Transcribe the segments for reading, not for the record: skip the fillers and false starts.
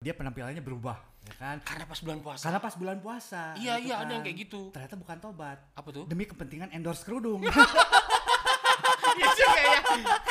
dia penampilannya berubah, ya kan? Karena pas bulan puasa. Iya, gitu ada yang kayak gitu. Ternyata bukan tobat. Apa tuh? Demi kepentingan endorse kerudung. Iya juga ya.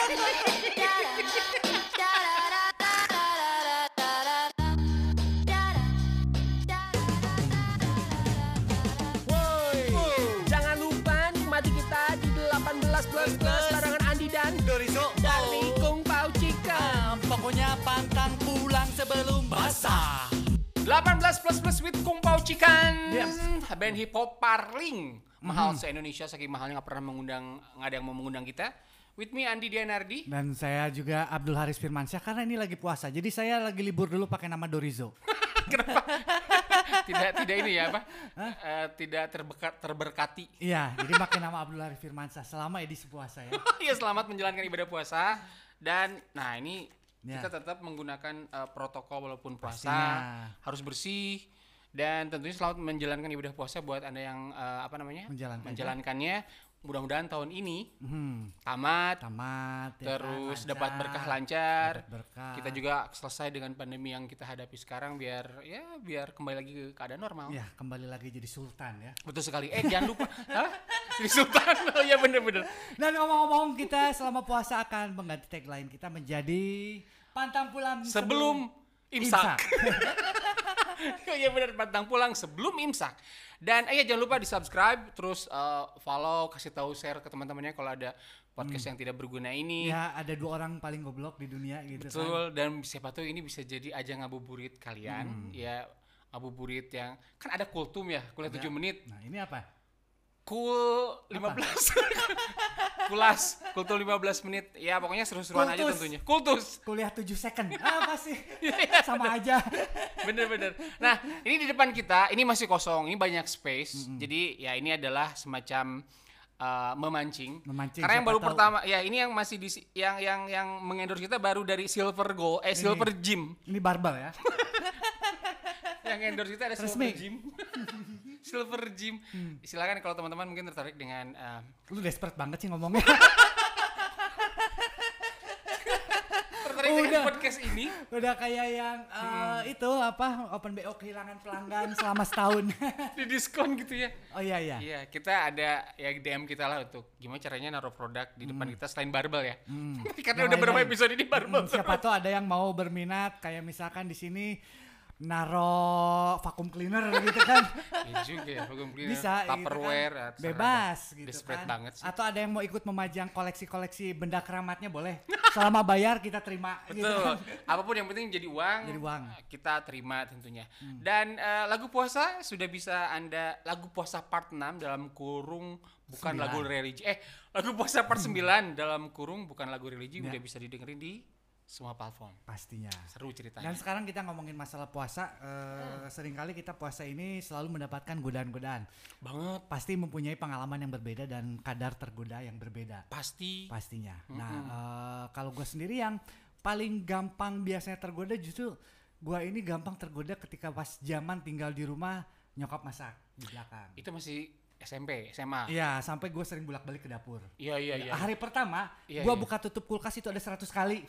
Jangan lupa nikmati kita di 18+ barengan Andi dan Dorizo dari Kung Pao Chicken. pokoknya pantang pulang sebelum basah. 18+ with Kung Pao Chicken. Yes. Band hip hop paling mahal se-Indonesia, saking mahalnya nggak ada yang mau mengundang kita. With me Andi Dianardi. Dan saya juga Abdul Haris Firmansyah karena ini lagi puasa. Jadi saya lagi libur dulu pakai nama Dorizo. Kenapa? tidak ini ya apa? Tidak terberkati. Iya, jadi pakai nama Abdul Haris Firmansyah selama edisi puasa ya. Ya, selamat menjalankan ibadah puasa. Dan nah ini Ya. kita tetap menggunakan protokol walaupun puasa. Pastinya. Harus bersih. Dan tentunya selamat menjalankan ibadah puasa buat Anda yang menjalankannya. Mudah-mudahan tahun ini tamat, ya terus kan, dapat lancar, berkah lancar. dapat berkah. Kita juga selesai dengan pandemi yang kita hadapi sekarang biar kembali lagi ke keadaan normal. Ya, kembali lagi jadi sultan ya. Betul sekali. Jangan lupa. Hah? Jadi sultan. Oh iya bener-bener. Dan ngomong-ngomong, kita selama puasa akan mengganti tagline kita menjadi pantang pulang Sebelum imsak. Iya bener, pantang pulang sebelum imsak. Dan jangan lupa di-subscribe, terus follow, kasih tahu, share ke teman-temannya kalau ada podcast yang tidak berguna ini. Ya, ada 2 orang paling goblok di dunia gitu. Betul, kan. dan siapa tahu ini bisa jadi ajang ngabuburit kalian. Ya, ngabuburit yang kan ada kultum ya, kuliah 7 menit. Nah, ini apa? Cool 15. Kultum 15 menit. Ya, pokoknya seru-seruan aja Kultus. tentunya. Kultus. Kuliah 7 second. Apa sih? Sama aja. Bener. Nah, ini di depan kita, ini masih kosong, ini banyak space. Jadi ya ini adalah semacam memancing. Karena yang baru pertama, ya ini yang masih yang mengendorse kita baru dari Silver Gym. Ini barbel ya. Yang endorse kita ada Resmi. Silver Gym. Silver Gym. Silakan kalau teman-teman mungkin tertarik dengan Lu desperate banget sih ngomongnya. dengan podcast ini. Udah kayak yang itu apa Open BO kehilangan pelanggan selama setahun. Di diskon gitu ya. Oh iya. Iya, kita ada ya DM kita lah untuk gimana caranya naruh produk di depan kita selain barbel ya. Karena udah berapa episode ini barbel. Siapa tahu ada yang mau berminat kayak misalkan di sini naro vacuum cleaner gitu kan. Iya juga ya, vacuum cleaner, Bisa Tupperware, gitu kan. Bebas gitu desperate kan. banget sih. Atau ada yang mau ikut memajang koleksi-koleksi benda keramatnya boleh. Selama bayar kita terima. Betul. Gitu kan. Apapun yang penting jadi uang. Kita terima tentunya. Dan lagu puasa sudah bisa Anda, lagu puasa part 6 dalam kurung bukan 9. lagu religi. Lagu puasa part 9 dalam kurung bukan lagu religi udah bisa didengerin di semua platform. Pastinya. Seru ceritanya. Dan sekarang kita ngomongin masalah puasa, seringkali kita puasa ini selalu mendapatkan godaan-godaan. Banget. Pasti mempunyai pengalaman yang berbeda dan kadar tergoda yang berbeda. Pastinya. Nah, kalau gue sendiri yang paling gampang biasanya tergoda justru gue ini gampang tergoda ketika pas zaman tinggal di rumah nyokap masak di belakang. Itu masih SMP, SMA. Iya, sampai gue sering bolak-balik ke dapur. Iya. Hari pertama, gue buka tutup kulkas itu ada 100 kali.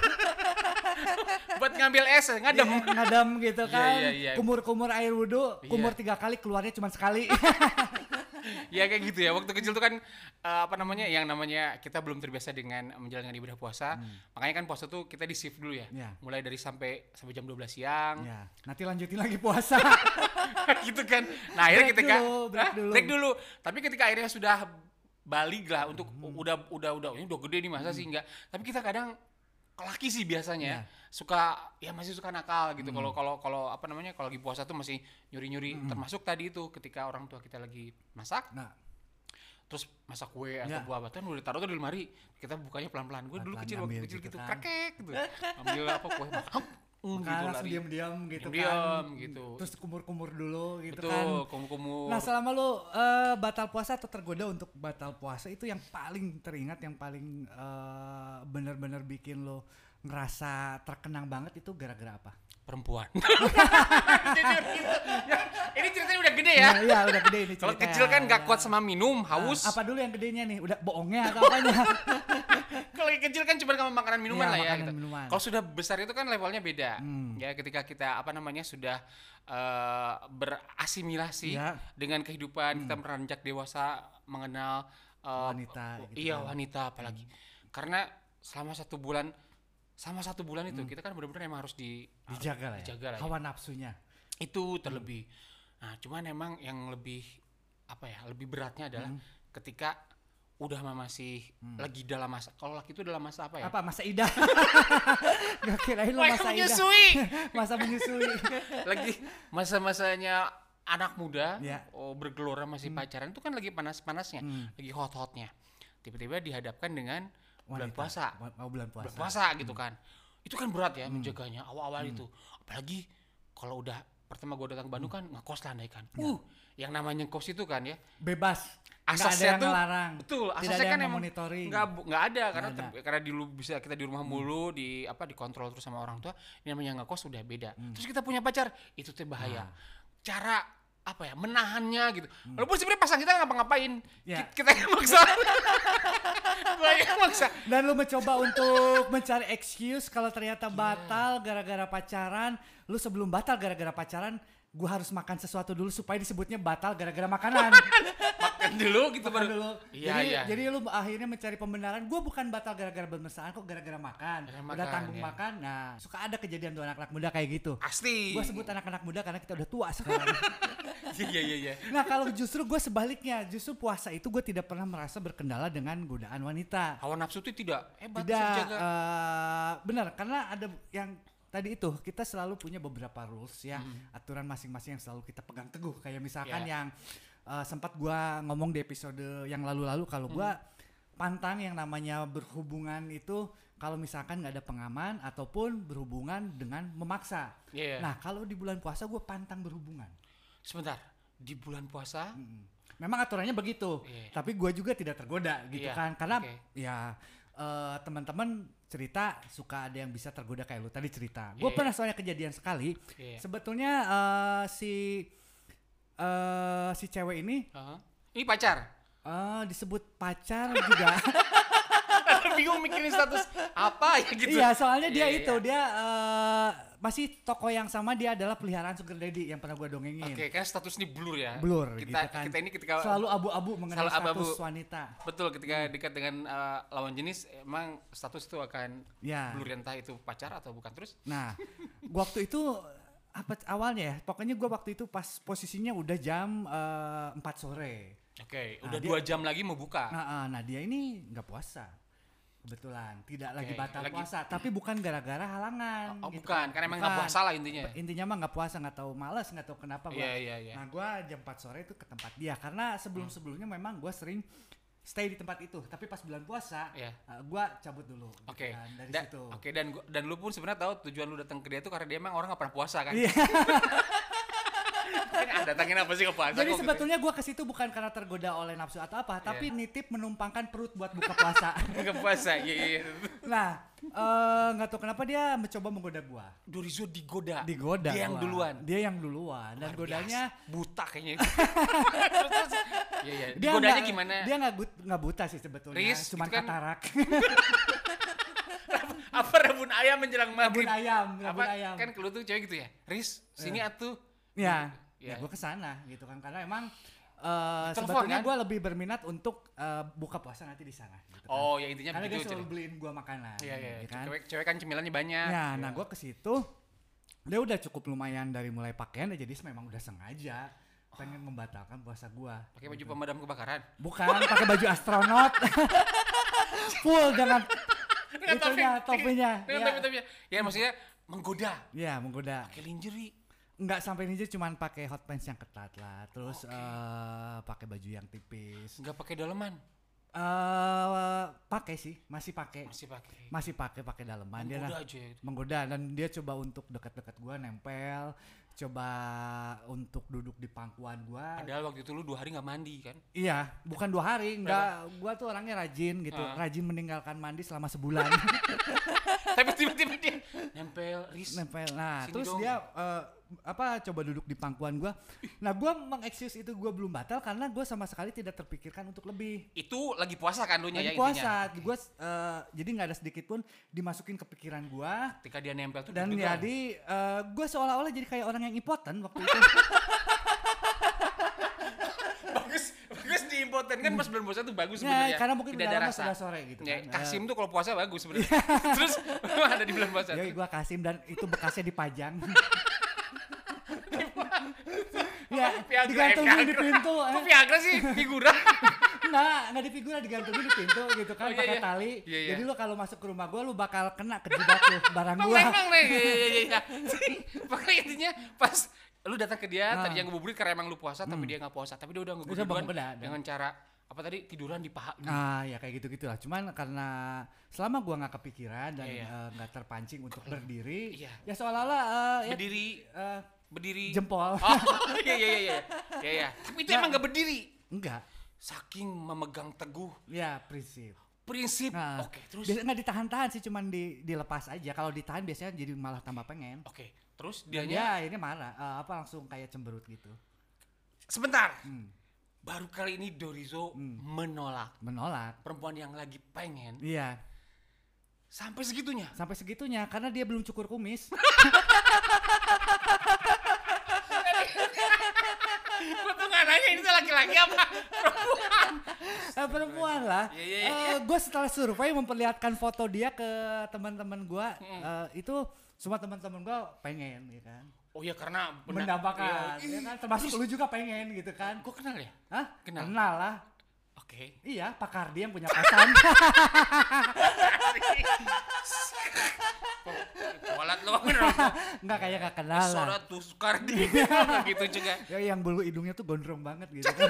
Buat ngambil es, ngadem. Ngadem gitu kan. Iya. Kumur-kumur air wudhu, kumur 3 kali, keluarnya cuma sekali. Ya kayak gitu ya. Waktu kecil tuh kan yang namanya kita belum terbiasa dengan menjalankan ibadah puasa. Makanya kan puasa tuh kita di shift dulu ya. Mulai dari sampai jam 12 siang. Ya, nanti lanjutin lagi puasa. Gitu kan. Nah, akhirnya break dulu. Tapi ketika akhirnya sudah balik lah untuk udah ini udah gede nih masa sih enggak. Tapi kita kadang laki sih biasanya masih suka nakal gitu. Kalau kalau lagi puasa tuh masih nyuri-nyuri, termasuk tadi itu ketika orang tua kita lagi masak. Nah, terus masak kue atau buah batuan udah taruh tuh di lemari, kita bukanya pelan-pelan. Gue dulu kecil gitu, kakek gitu. Ambil kue gitu, langsung diam-diam gitu. Terus kumur-kumur dulu gitu. Betul, kumur-kumur. Nah, selama lu batal puasa atau tergoda untuk batal puasa, itu yang paling teringat, yang paling benar-benar bikin lo ngerasa terkenang banget itu gara-gara apa? Perempuan. Ini ceritanya udah gede ya? Iya, udah gede ini ceritanya. Kalau kecil kan gak kuat sama minum, haus. Apa dulu yang gedenya nih? Udah bohongnya atau apanya? Kalau kecil kan cuma makanan minuman lah ya gitu. Kalau sudah besar itu kan levelnya beda. Ya ketika kita sudah berasimilasi dengan kehidupan, kita beranjak dewasa, mengenal wanita gitu. Iya, wanita apalagi. Karena selama 1 bulan itu kita kan benar-benar emang harus dijaga lah ya. Hawa nafsunya itu terlebih. Nah, cuman emang yang lebih lebih beratnya adalah ketika udah masih lagi dalam masa. Kalau laki itu dalam masa apa ya? Masa idah. Gak kirain lo masa menyusui. Masa menyusui. Lagi masa-masanya anak muda, bergelora masih pacaran itu kan lagi panas-panasnya, lagi hot-hotnya. Tiba-tiba dihadapkan dengan bulan puasa. Bulan puasa gitu kan. Itu kan berat ya menjaganya awal-awal itu. Apalagi kalau udah pertama gue datang ke Bandung kan ngekos lah naik kan. Yang namanya ngekos itu kan ya bebas. Asasnya tuh ngelarang. Betul, asasnya kan emang monitoring. Enggak ada karena dulu bisa kita di rumah mulu dikontrol terus sama orang tua. Ini namanya ngekos udah beda. Terus kita punya pacar, itu tuh bahaya. Cara menahannya gitu. Walaupun sebenarnya pasang kita ngapa-ngapain. Kita yang maksa. Dan lu mencoba untuk mencari excuse kalau ternyata batal gara-gara pacaran. Lu sebelum batal gara-gara pacaran, gue harus makan sesuatu dulu supaya disebutnya batal gara-gara makanan. Makan dulu gitu baru. Jadi lu akhirnya mencari pembenaran. Gue bukan batal gara-gara bermesraan kok gara-gara makan. Udah tanggung makan. Nah, suka ada kejadian tuh anak-anak muda kayak gitu. Pasti. Gue sebut anak-anak muda karena kita udah tua sekarang. Iya. Nah, kalau justru gue sebaliknya, justru puasa itu gue tidak pernah merasa berkendala dengan godaan wanita. Hawa nafsu itu tidak benar, karena ada yang tadi itu kita selalu punya beberapa rules ya, aturan masing-masing yang selalu kita pegang teguh. Kayak misalkan yang sempat gua ngomong di episode yang lalu-lalu, kalau gua pantang yang namanya berhubungan itu kalau misalkan nggak ada pengaman ataupun berhubungan dengan memaksa. Nah, kalau di bulan puasa gua pantang berhubungan. Sebentar, di bulan puasa memang aturannya begitu, tapi gua juga tidak tergoda gitu kan, karena teman-teman cerita suka ada yang bisa tergoda kayak lu tadi cerita. Gue pernah soalnya kejadian sekali. Sebetulnya si cewek ini ini pacar. Disebut pacar juga. Bingung mikirin status apa ya gitu. Iya, soalnya dia dia masih toko yang sama, dia adalah peliharaan sugar daddy yang pernah gue dongengin. Oke, kan status ini blur ya. Blur kita, gitu kan. Kita ini ketika selalu abu-abu mengenai status wanita. Betul, ketika dekat dengan lawan jenis emang status itu akan blur, entah itu pacar atau bukan. Terus? Nah, waktu itu awalnya ya, pokoknya gue waktu itu pas posisinya udah jam 4 sore. Oke, udah 2 jam lagi mau buka. Nah, dia ini nggak puasa. Kebetulan tidak lagi batal puasa, tapi bukan gara-gara halangan. Gitu bukan, karena emang nggak puasa lah intinya. Intinya mah nggak puasa, nggak tahu malas, nggak tahu kenapa gua. Nah, gua jam 4 sore itu ke tempat dia karena sebelum-sebelumnya memang gua sering stay di tempat itu, tapi pas bulan puasa gua cabut dulu. Oke. Gitu kan, dari situ. Oke, dan lu pun sebenarnya tahu tujuan lu datang ke dia itu karena dia emang orang nggak pernah puasa kan. Datangin apa sih ke puasa? Jadi sebetulnya gue ke situ bukan karena tergoda oleh nafsu atau apa, tapi nitip menumpangkan perut buat buka puasa. Buka puasa, iya. Nah, nggak tahu kenapa dia mencoba menggoda gue. Dorizo digoda. Dia yang duluan. Dan godanya buta kayaknya. Iya. Digodanya gimana? Dia nggak buta sih sebetulnya, cuma katarak. Apa rebun ayam menjelang maghrib? Rebun ayam. Kan kalau tuh cewek gitu ya. Riz, sini atuh. Ya gue kesana gitu kan, karena emang sebetulnya gue lebih berminat untuk buka puasa nanti di sana. Gitu kan. Oh ya intinya karena begitu. Dia selalu beliin gue makanan. Iya. Kan? Cewek kan cemilannya banyak. Nah gue ke situ, dia udah cukup lumayan dari mulai pakaian, jadi memang udah sengaja pengen membatalkan puasa gue. Pakai baju pemadam kebakaran? Bukan, pakai baju astronot. Full dengan topinya. Ya maksudnya menggoda. Iya menggoda. Pakai lingerie. Enggak sampai ninja, cuman pakai hot pants yang ketat lah, terus pakai baju yang tipis. Enggak pakai daleman? Pakai sih, masih pakai daleman. Menggoda dan dia coba untuk dekat-dekat gua, nempel, coba untuk duduk di pangkuan gua. Padahal waktu itu lu 2 hari nggak mandi kan? Iya, bukan 2 hari, enggak. Gua tuh orangnya rajin gitu, rajin meninggalkan mandi selama sebulan. Tapi tiba-tiba dia nempel. Nah, terus dong. Dia coba duduk di pangkuan gue. Nah gue mengexcuse itu gue belum batal karena gue sama sekali tidak terpikirkan untuk lebih. Itu lagi puasa kan lu nya ya intinya. Lagi puasa, gue jadi nggak ada sedikit pun dimasukin ke pikiran gue. Ketika dia nempel tuh. Dan jadi gue seolah-olah jadi kayak orang yang impoten waktu itu. bagus di impoten kan pas bulan puasa tuh bagus sebenarnya. Karena mungkin tidak ada rasa. Sudah sore gitu kan. Kasim tuh kalau puasa bagus sebenarnya. Terus ada di bulan puasa. Yoi, gue Kasim dan itu bekasnya dipajang. Ya, digantungin di pintu. Kok Viagra sih figura? Nggak di figura, digantungin di pintu gitu kan pakai tali. Jadi lu kalau masuk ke rumah gue lu bakal kena ke jidat lu barang gue. Iya. Pokoknya intinya pas lu datang ke dia tadi yang ngebuburit karena emang lu puasa tapi dia nggak puasa, tapi dia udah ngebuburit dengan cara apa tadi tiduran di paha. Ya kayak gitu-gitulah. Cuman karena selama gua nggak kepikiran dan nggak terpancing untuk berdiri, ya seolah-olah berdiri Oh jempol. iya. Tapi itu emang nggak berdiri. Enggak. Saking memegang teguh. Ya prinsip. Oke, terus biasanya nggak ditahan-tahan sih, cuman dilepas aja. Kalau ditahan biasanya jadi malah tambah pengen. Oke, terus dianya ini marah, langsung kayak cemberut gitu. Sebentar. Baru kali ini Dorizo menolak perempuan yang lagi pengen. Iya. Sampai segitunya karena dia belum cukur kumis. Gue tuh gak nanya ini laki-laki apa perempuan. Perempuan lah. Gue setelah survei memperlihatkan foto dia ke teman-teman gue, itu semua teman-teman gue pengen, ya kan. Oh iya karena mendapatkan, ya kan. Termasuk lu juga pengen gitu kan. Gue kenal ya? Hah? Kenal lah. Oke. Iya, Pak Kardi yang punya pasan. Walat lo. Enggak, kayak gak kenal lah. Suara tuh Kardi gitu juga. Ya yang bulu hidungnya tuh gondrong banget gitu kan.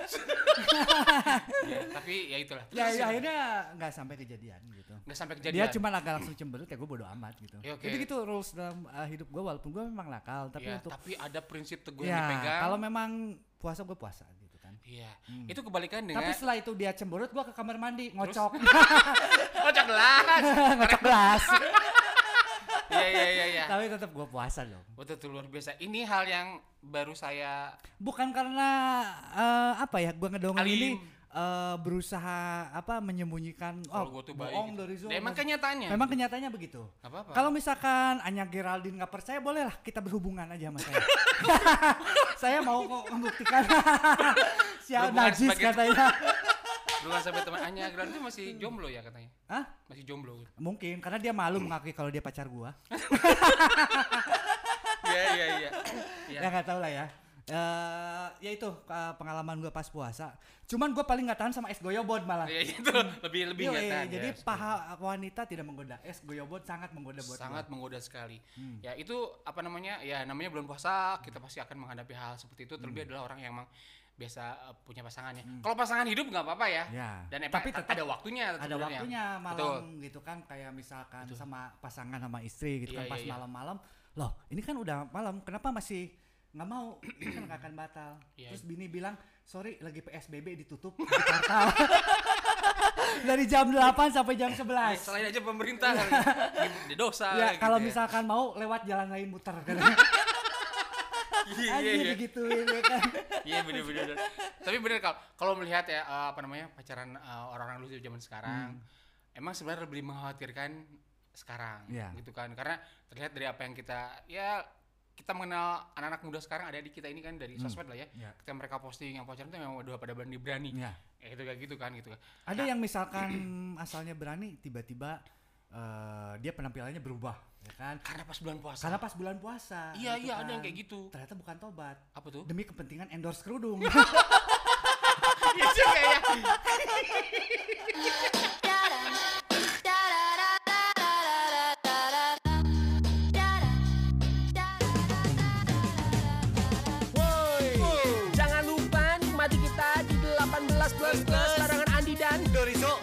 Tapi ya itulah. Ya akhirnya nggak sampai kejadian gitu. Nggak sampai kejadian. Dia cuma agak langsung cemberut, ya gue bodo amat gitu. Okay. Jadi gitu rules dalam hidup gue, walaupun gue memang nakal, tapi tapi ada prinsip teguh yang dipegang. Kalau memang puasa gue puasa gitu kan. Iya. Itu kebalikan dengan. Tapi setelah itu dia cemberut, gue ke kamar mandi ngocok. Ngocok gelas. Ngocok gelas. Iya. Tapi tetap gue puasa dong. Betul luar biasa. Ini hal yang baru saya. Bukan karena gue ngedongeng ini berusaha menyembunyikan. Gue tuh bohong dari Zoom. Emang kenyataannya. Memang kenyataannya begitu. Kalau misalkan Anya Geraldine nggak percaya, bolehlah kita berhubungan aja sama saya. Saya mau kok membuktikan. Sial najis katanya. Bukan sampai teman Anya Geraldine masih jomblo ya katanya. Hah? Masih jomblo. Mungkin karena dia malu mengakui kalau dia pacar gua. Iya. Ya nggak tahu lah ya. Ya itu pengalaman gua pas puasa. Cuman gua paling nggak tahan sama es goyobot malah. Iya itu lebih nggak tahan. Jadi paha wanita tidak menggoda. Es goyobot sangat menggoda buat sangat menggoda sekali. Ya itu apa namanya? Ya namanya bulan puasa, kita pasti akan menghadapi hal seperti itu. Terlebih adalah orang yang emang biasa punya pasangannya. Kalau pasangan hidup nggak apa-apa ya. Dan tapi tetap ada waktunya. Ada waktunya malam gitu kan, kayak misalkan sama pasangan sama istri gitu kan pas malam-malam. Loh, ini kan udah malam, kenapa masih nggak mau? Ini kan nggak akan batal. Terus bini bilang, sorry lagi PSBB ditutup di Jakarta. Dari jam 8 sampai jam 11. Selain aja pemerintah di dosa. Ya kalau misalkan mau lewat jalan lain muter kan. Iya digituin ya kan. Iya bener. Tapi bener kalau melihat ya pacaran orang-orang lucu zaman sekarang, emang sebenarnya lebih mengkhawatirkan sekarang gitu kan, karena terlihat dari apa yang kita mengenal anak-anak muda sekarang, ada di kita ini kan dari sosmed lah ya. Ketika mereka posting yang pacaran itu memang udah pada berani. Itu kayak gitu kan. Ada yang misalkan asalnya berani, tiba-tiba dia penampilannya berubah, ya kan? Karena pas bulan puasa. Iya, gitu ada yang kayak gitu. Ternyata bukan tobat. Apa tuh? Demi kepentingan endorse kerudung. Iya juga ya. Jangan lupa nikmati kita di 18++ barengan Andi dan Dorizo.